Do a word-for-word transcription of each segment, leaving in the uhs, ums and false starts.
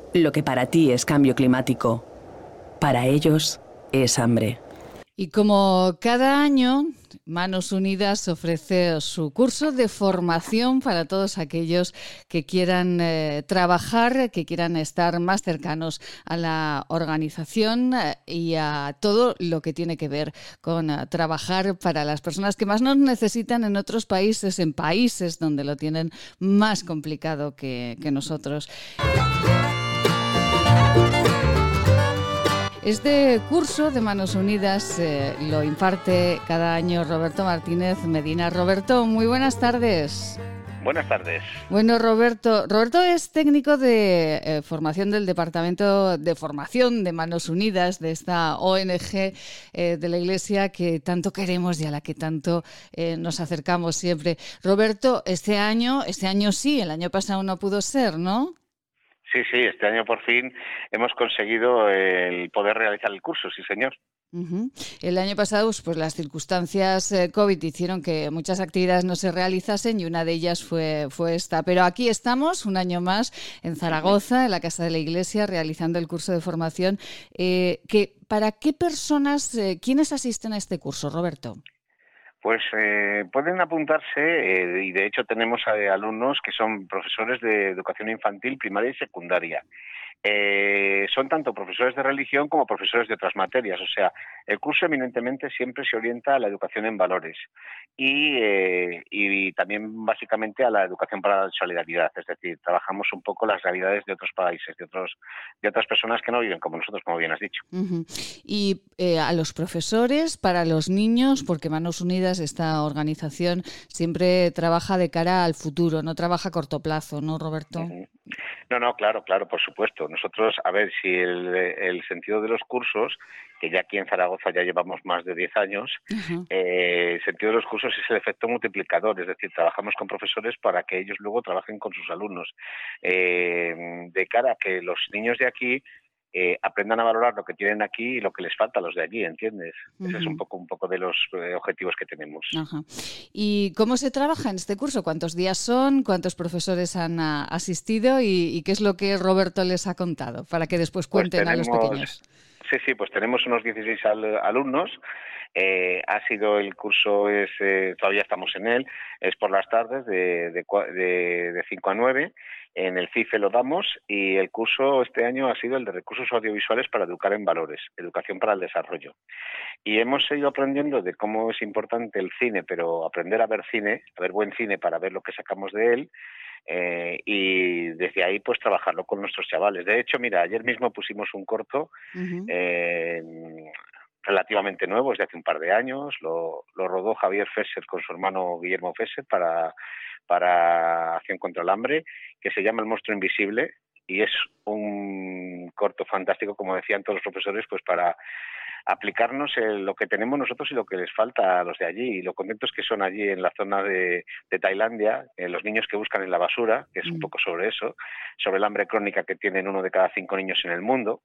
Lo que para ti es cambio climático, para ellos es hambre. Y como cada año, Manos Unidas ofrece su curso de formación para todos aquellos que quieran eh, trabajar, que quieran estar más cercanos a la organización eh, y a todo lo que tiene que ver con eh, trabajar para las personas que más nos necesitan en otros países, en países donde lo tienen más complicado que, que nosotros. Este curso de Manos Unidas eh, lo imparte cada año Roberto Martínez Medina. Roberto, muy buenas tardes. Buenas tardes. Bueno, Roberto, Roberto es técnico de eh, formación del Departamento de Formación de Manos Unidas, de esta O N G eh, de la Iglesia que tanto queremos y a la que tanto eh, nos acercamos siempre. Roberto, este año, este año sí, el año pasado no pudo ser, ¿no? Sí, sí, este año por fin hemos conseguido el poder realizar el curso, sí señor. Uh-huh. El año pasado, pues las circunstancias eh, COVID hicieron que muchas actividades no se realizasen y una de ellas fue, fue esta. Pero aquí estamos, un año más, en Zaragoza, en la Casa de la Iglesia, realizando el curso de formación. Eh, que, ¿Para qué personas, eh, quiénes asisten a este curso, Roberto? Pues eh, pueden apuntarse eh, y de hecho tenemos eh, alumnos que son profesores de educación infantil, primaria y secundaria. Eh, son tanto profesores de religión como profesores de otras materias, o sea, el curso eminentemente siempre se orienta a la educación en valores y, eh, y también básicamente a la educación para la solidaridad, es decir, trabajamos un poco las realidades de otros países, de otros de otras personas que no viven como nosotros, como bien has dicho. Uh-huh. Y eh, a los profesores, para los niños, porque Manos Unidas, esta organización, siempre trabaja de cara al futuro, no trabaja a corto plazo, ¿no, Roberto? Uh-huh. No, no, claro, claro, por supuesto. Nosotros, a ver, si el, el sentido de los cursos, que ya aquí en Zaragoza ya llevamos más de diez años, uh-huh. eh, el sentido de los cursos es el efecto multiplicador, es decir, trabajamos con profesores para que ellos luego trabajen con sus alumnos. Eh, de cara a que los niños de aquí Eh, aprendan a valorar lo que tienen aquí y lo que les falta a los de allí, ¿entiendes? Uh-huh. Ese es un poco un poco de los eh, objetivos que tenemos. Uh-huh. ¿Y cómo se trabaja en este curso? ¿Cuántos días son? ¿Cuántos profesores han uh, asistido? ¿Y, ¿Y qué es lo que Roberto les ha contado? Para que después cuenten pues tenemos, a los pequeños. Sí, sí, pues tenemos unos dieciséis al, alumnos. Eh, ha sido el curso, es eh, todavía estamos en él, es por las tardes de, de, de, de cinco a nueve. En el C I F E lo damos y el curso este año ha sido el de recursos audiovisuales para educar en valores, educación para el desarrollo. Y hemos ido aprendiendo de cómo es importante el cine, pero aprender a ver cine, a ver buen cine para ver lo que sacamos de él. Eh, y desde ahí pues trabajarlo con nuestros chavales. De hecho, mira, ayer mismo pusimos un corto uh-huh. eh, relativamente nuevo, es de hace un par de años, lo, lo rodó Javier Fesser con su hermano Guillermo Fesser para, para Acción contra el Hambre, que se llama El monstruo invisible, y es un corto fantástico, como decían todos los profesores, pues para aplicarnos en lo que tenemos nosotros y lo que les falta a los de allí, y lo contentos que son allí en la zona de, de Tailandia, eh, los niños que buscan en la basura, que es un poco sobre eso, sobre el hambre crónica que tienen uno de cada cinco niños en el mundo.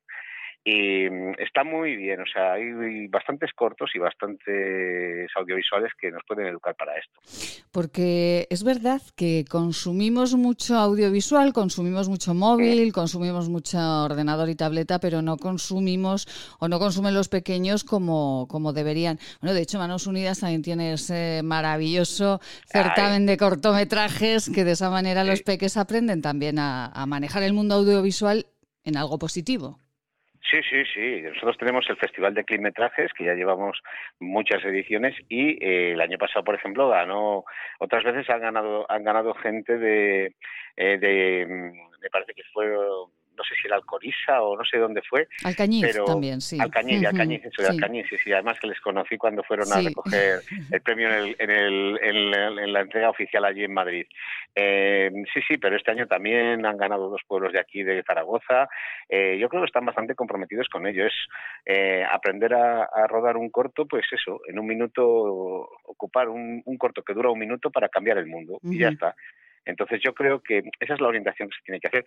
Y está muy bien, o sea, hay bastantes cortos y bastantes audiovisuales que nos pueden educar para esto. Porque es verdad que consumimos mucho audiovisual, consumimos mucho móvil, sí. consumimos mucho ordenador y tableta, pero no consumimos o no consumen los pequeños como, como deberían. Bueno, de hecho, Manos Unidas también tiene ese maravilloso certamen Ay. de cortometrajes que de esa manera sí. los peques aprenden también a, a manejar el mundo audiovisual en algo positivo. Sí, sí, sí. Nosotros tenemos el Festival de Clipmetrajes, que ya llevamos muchas ediciones, y eh, el año pasado, por ejemplo, ganó, otras veces han ganado, han ganado gente de, eh, de, me parece que fue, no sé si era Alcoriza o no sé dónde fue. Alcañiz pero, también, sí. Alcañiz, Uh-huh. Alcañiz, eso de sí. Alcañiz, sí, sí. Además que les conocí cuando fueron sí. a recoger el premio en, el, en, el, en, la, en la entrega oficial allí en Madrid. Eh, sí, sí, pero este año también han ganado dos pueblos de aquí, de Zaragoza. Eh, yo creo que están bastante comprometidos con ello. Es eh, aprender a, a rodar un corto, pues eso, en un minuto, ocupar un, un corto que dura un minuto para cambiar el mundo. Uh-huh. Y ya está. Entonces yo creo que esa es la orientación que se tiene que hacer.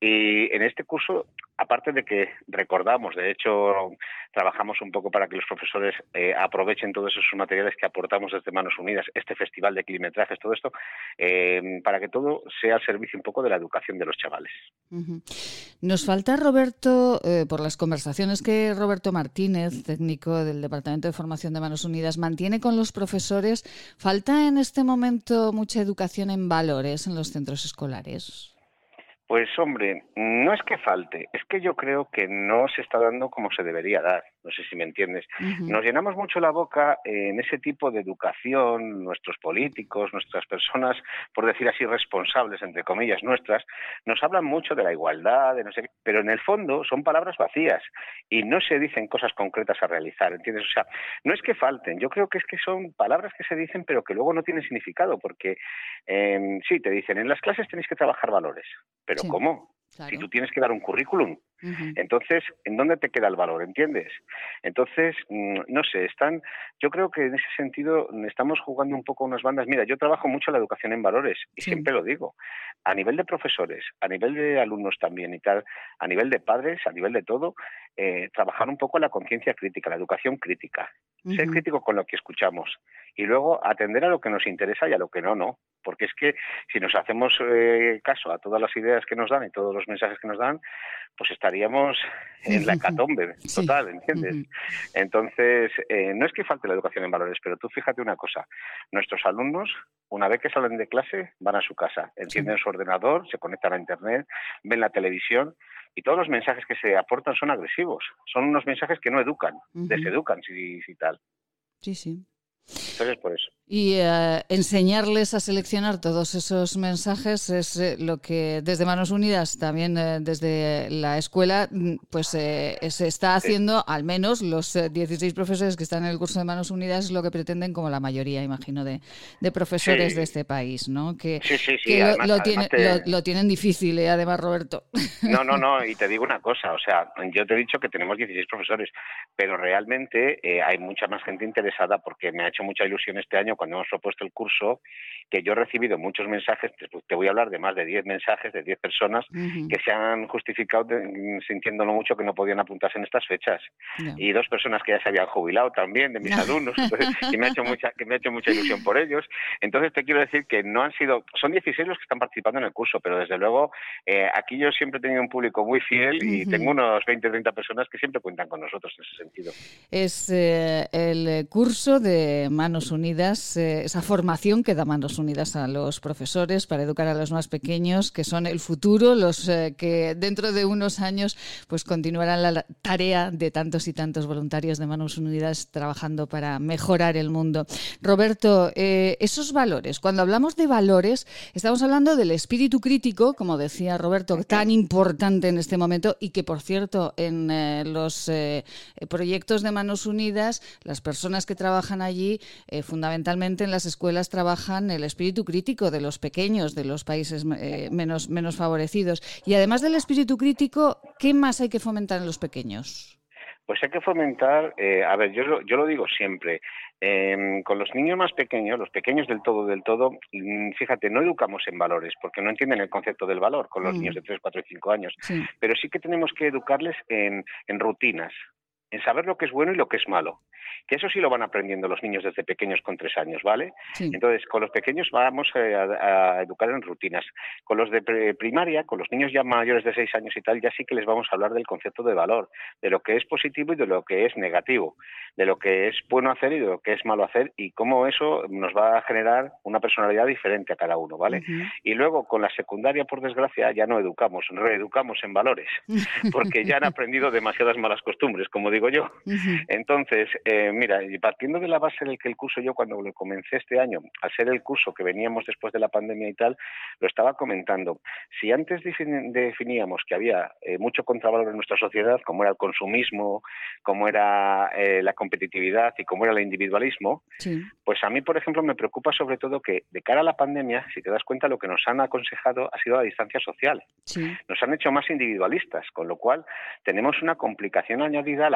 Y en este curso, aparte de que recordamos, de hecho trabajamos un poco para que los profesores eh, aprovechen todos esos materiales que aportamos desde Manos Unidas, este festival de kilometrajes, todo esto, eh, para que todo sea al servicio un poco de la educación de los chavales. Uh-huh. Nos falta, Roberto, eh, por las conversaciones que Roberto Martínez, técnico del Departamento de Formación de Manos Unidas, mantiene con los profesores, ¿falta en este momento mucha educación en valores en los centros escolares? Pues hombre, no es que falte, es que yo creo que no se está dando como se debería dar, no sé si me entiendes. Uh-huh. Nos llenamos mucho la boca en ese tipo de educación, nuestros políticos, nuestras personas, por decir así, responsables, entre comillas, nuestras, nos hablan mucho de la igualdad, de no sé qué, pero en el fondo son palabras vacías y no se dicen cosas concretas a realizar, ¿entiendes? O sea, no es que falten, yo creo que es que son palabras que se dicen pero que luego no tienen significado, porque eh, sí, te dicen, en las clases tenéis que trabajar valores, pero sí, ¿cómo? Claro. Si tú tienes que dar un currículum, uh-huh. Entonces, ¿en dónde te queda el valor? ¿Entiendes? Entonces, no sé, están, yo creo que en ese sentido estamos jugando un poco unas bandas. Mira, yo trabajo mucho la educación en valores y sí. Siempre lo digo, a nivel de profesores, a nivel de alumnos también y tal, a nivel de padres, a nivel de todo, eh, trabajar un poco la conciencia crítica, la educación crítica, uh-huh. Ser crítico con lo que escuchamos y luego atender a lo que nos interesa y a lo que no, no. Porque es que si nos hacemos eh, caso a todas las ideas que nos dan y todos los mensajes que nos dan, pues estaríamos en la hecatombe total, ¿entiendes? Sí. Entonces, eh, no es que falte la educación en valores, pero tú fíjate una cosa, nuestros alumnos, una vez que salen de clase, van a su casa, encienden sí. su ordenador, se conectan a internet, ven la televisión y todos los mensajes que se aportan son agresivos, son unos mensajes que no educan, uh-huh. deseducan, si, si tal. Sí, sí. Entonces, por eso. Y eh, enseñarles a seleccionar todos esos mensajes es eh, lo que desde Manos Unidas, también eh, desde la escuela, pues eh, se está haciendo, sí. Al menos los eh, dieciséis profesores que están en el curso de Manos Unidas, es lo que pretenden como la mayoría, imagino, de, de profesores sí. de este país, ¿no? Que, sí, sí, sí. que lo, además, lo, tiene, te... lo, lo tienen difícil, eh, además, Roberto. No, no, no, y te digo una cosa, o sea, yo te he dicho que tenemos dieciséis profesores, pero realmente eh, hay mucha más gente interesada porque me ha hecho mucha ilusión este año cuando hemos propuesto el curso, que yo he recibido muchos mensajes, te voy a hablar de más de diez mensajes, de diez personas uh-huh. que se han justificado de, sintiéndolo mucho que no podían apuntarse en estas fechas. Yeah. Y dos personas que ya se habían jubilado también, de mis alumnos, entonces, que, me ha hecho mucha, que me ha hecho mucha ilusión por ellos. Entonces te quiero decir que no han sido, son dieciséis los que están participando en el curso, pero desde luego eh, aquí yo siempre he tenido un público muy fiel y uh-huh. tengo unos veinte o treinta personas que siempre cuentan con nosotros en ese sentido. Es eh, el curso de Manos Unidas, eh, esa formación que da Manos Unidas a los profesores para educar a los más pequeños, que son el futuro, los eh, que dentro de unos años pues continuarán la tarea de tantos y tantos voluntarios de Manos Unidas trabajando para mejorar el mundo. Roberto, eh, esos valores, cuando hablamos de valores, estamos hablando del espíritu crítico, como decía Roberto, tan importante en este momento y que, por cierto, en eh, los eh, proyectos de Manos Unidas, las personas que trabajan allí, eh, fundamentalmente en las escuelas, trabajan el espíritu crítico de los pequeños, de los países eh, menos, menos favorecidos. Y además del espíritu crítico, ¿qué más hay que fomentar en los pequeños? Pues hay que fomentar, eh, a ver, yo lo, yo lo digo siempre, eh, con los niños más pequeños, los pequeños del todo, del todo, fíjate, no educamos en valores, porque no entienden el concepto del valor con los mm. niños de tres, cuatro y cinco años, sí. Pero sí que tenemos que educarles en, en rutinas, en saber lo que es bueno y lo que es malo. Que eso sí lo van aprendiendo los niños desde pequeños con tres años, ¿vale? Sí. Entonces, con los pequeños vamos a, a educar en rutinas. Con los de primaria, con los niños ya mayores de seis años y tal, ya sí que les vamos a hablar del concepto de valor, de lo que es positivo y de lo que es negativo, de lo que es bueno hacer y de lo que es malo hacer y cómo eso nos va a generar una personalidad diferente a cada uno, ¿vale? Uh-huh. Y luego, con la secundaria, por desgracia, ya no educamos, reeducamos en valores, porque ya han aprendido demasiadas malas costumbres, como digo yo. Uh-huh. Entonces, eh, mira, y partiendo de la base del que el curso yo cuando lo comencé este año, al ser el curso que veníamos después de la pandemia y tal, lo estaba comentando. Si antes defin- definíamos que había eh, mucho contravalor en nuestra sociedad, como era el consumismo, como era eh, la competitividad y como era el individualismo, sí. Pues a mí, por ejemplo, me preocupa sobre todo que de cara a la pandemia, si te das cuenta, lo que nos han aconsejado ha sido la distancia social. Sí. Nos han hecho más individualistas, con lo cual tenemos una complicación añadida a la hora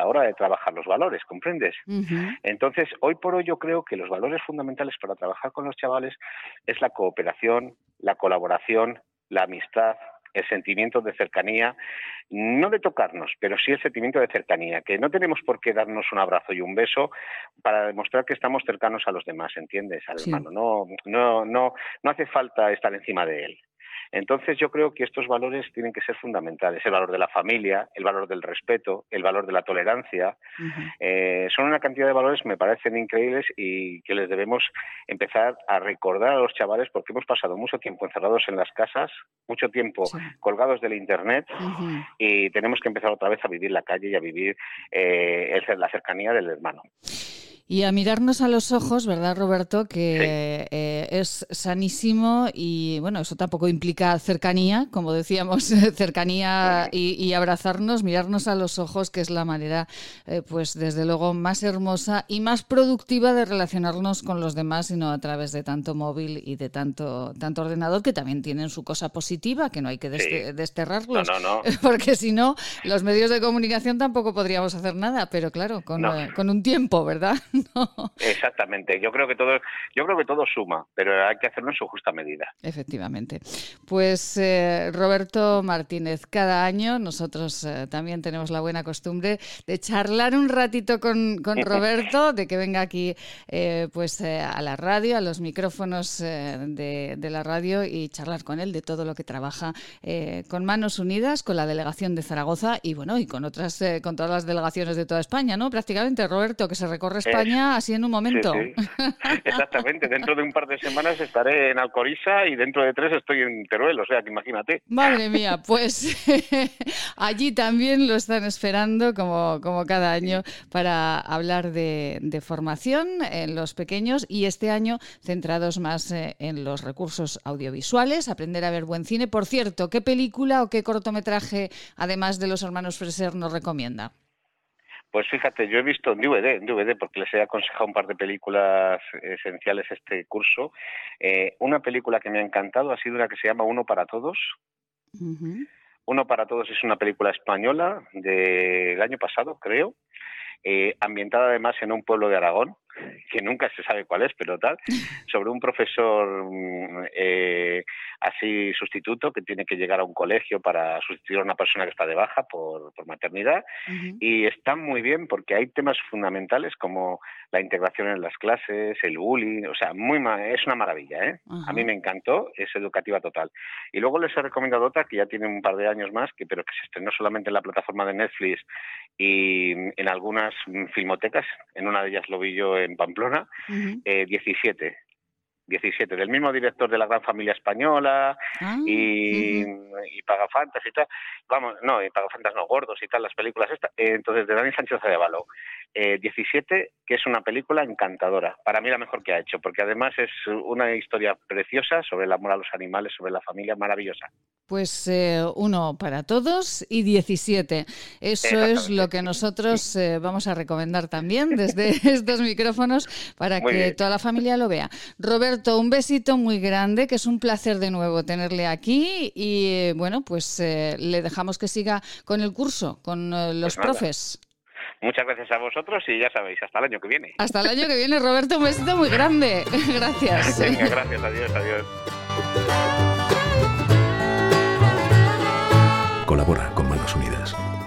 hora de trabajar los valores, ¿comprendes? Uh-huh. Entonces, hoy por hoy yo creo que los valores fundamentales para trabajar con los chavales es la cooperación, la colaboración, la amistad, el sentimiento de cercanía, no de tocarnos, pero sí el sentimiento de cercanía, que no tenemos por qué darnos un abrazo y un beso para demostrar que estamos cercanos a los demás, ¿entiendes? Al Sí. hermano, no, no, no, no hace falta estar encima de él. Entonces yo creo que estos valores tienen que ser fundamentales, el valor de la familia, el valor del respeto, el valor de la tolerancia. Uh-huh. Eh, son una cantidad de valores que me parecen increíbles y que les debemos empezar a recordar a los chavales porque hemos pasado mucho tiempo encerrados en las casas, mucho tiempo Sí. colgados del internet Uh-huh. y tenemos que empezar otra vez a vivir la calle y a vivir eh, el, la cercanía del hermano. Y a mirarnos a los ojos, ¿verdad, Roberto? Que Sí. eh, es sanísimo y, bueno, eso tampoco implica cercanía, como decíamos, cercanía y, y abrazarnos, mirarnos a los ojos, que es la manera, eh, pues, desde luego, más hermosa y más productiva de relacionarnos con los demás y no a través de tanto móvil y de tanto, tanto ordenador, que también tienen su cosa positiva, que no hay que des- Sí. desterrarlos, No, no, no. porque si no, los medios de comunicación tampoco podríamos hacer nada, pero claro, con, No. eh, con un tiempo, ¿verdad? No. Exactamente. Yo creo que todo, yo creo que todo suma, pero hay que hacerlo en su justa medida. Efectivamente. Pues eh, Roberto Martínez, cada año nosotros eh, también tenemos la buena costumbre de charlar un ratito con, con Roberto, de que venga aquí eh, pues eh, a la radio, a los micrófonos eh, de, de la radio y charlar con él de todo lo que trabaja eh, con Manos Unidas, con la delegación de Zaragoza y bueno, y con otras, eh, con todas las delegaciones de toda España, ¿no? Prácticamente, Roberto, que se recorre España así en un momento. Sí, sí. Exactamente. Dentro de un par de semanas estaré en Alcoriza y dentro de tres estoy en Teruel, o sea que imagínate. Madre mía, pues allí también lo están esperando como, como cada año para hablar de, de formación en los pequeños y este año centrados más eh, en los recursos audiovisuales, aprender a ver buen cine. Por cierto, ¿qué película o qué cortometraje, además de Los Hermanos Freser, nos recomienda? Pues fíjate, yo he visto en D V D, en D V D, porque les he aconsejado un par de películas esenciales este curso. Eh, una película que me ha encantado ha sido una que se llama Uno para Todos. Uh-huh. Uno para Todos es una película española del año pasado, creo, eh, ambientada además en un pueblo de Aragón, que nunca se sabe cuál es, pero tal, sobre un profesor eh, así sustituto que tiene que llegar a un colegio para sustituir a una persona que está de baja por, por maternidad. Uh-huh. Y está muy bien porque hay temas fundamentales como la integración en las clases, el bullying, o sea, muy es una maravilla, ¿eh? Uh-huh. A mí me encantó, es educativa total. Y luego les he recomendado otra que ya tiene un par de años más, que pero que se estrenó solamente en la plataforma de Netflix y en algunas filmotecas, en una de ellas lo vi yo en Pamplona, uh-huh. eh, diecisiete, diecisiete, del mismo director de La Gran Familia Española ah, y, uh-huh. y Pagafantas y tal, vamos, no, y Pagafantas no, Gordos y tal, las películas estas, eh, entonces de Dani Sánchez Arevalo, eh, diecisiete, que es una película encantadora, para mí la mejor que ha hecho, porque además es una historia preciosa sobre el amor a los animales, sobre la familia, maravillosa. Pues eh, uno para todos y diecisiete. Eso es lo que nosotros eh, vamos a recomendar también desde estos micrófonos para muy que bien. Toda la familia lo vea. Roberto, un besito muy grande, que es un placer de nuevo tenerle aquí y eh, bueno, pues eh, le dejamos que siga con el curso, con eh, los pues profes. Muchas gracias a vosotros y ya sabéis, hasta el año que viene. Hasta el año que viene, Roberto, un besito muy grande. Gracias. Venga, gracias, adiós, adiós. Colabora con Manos Unidas.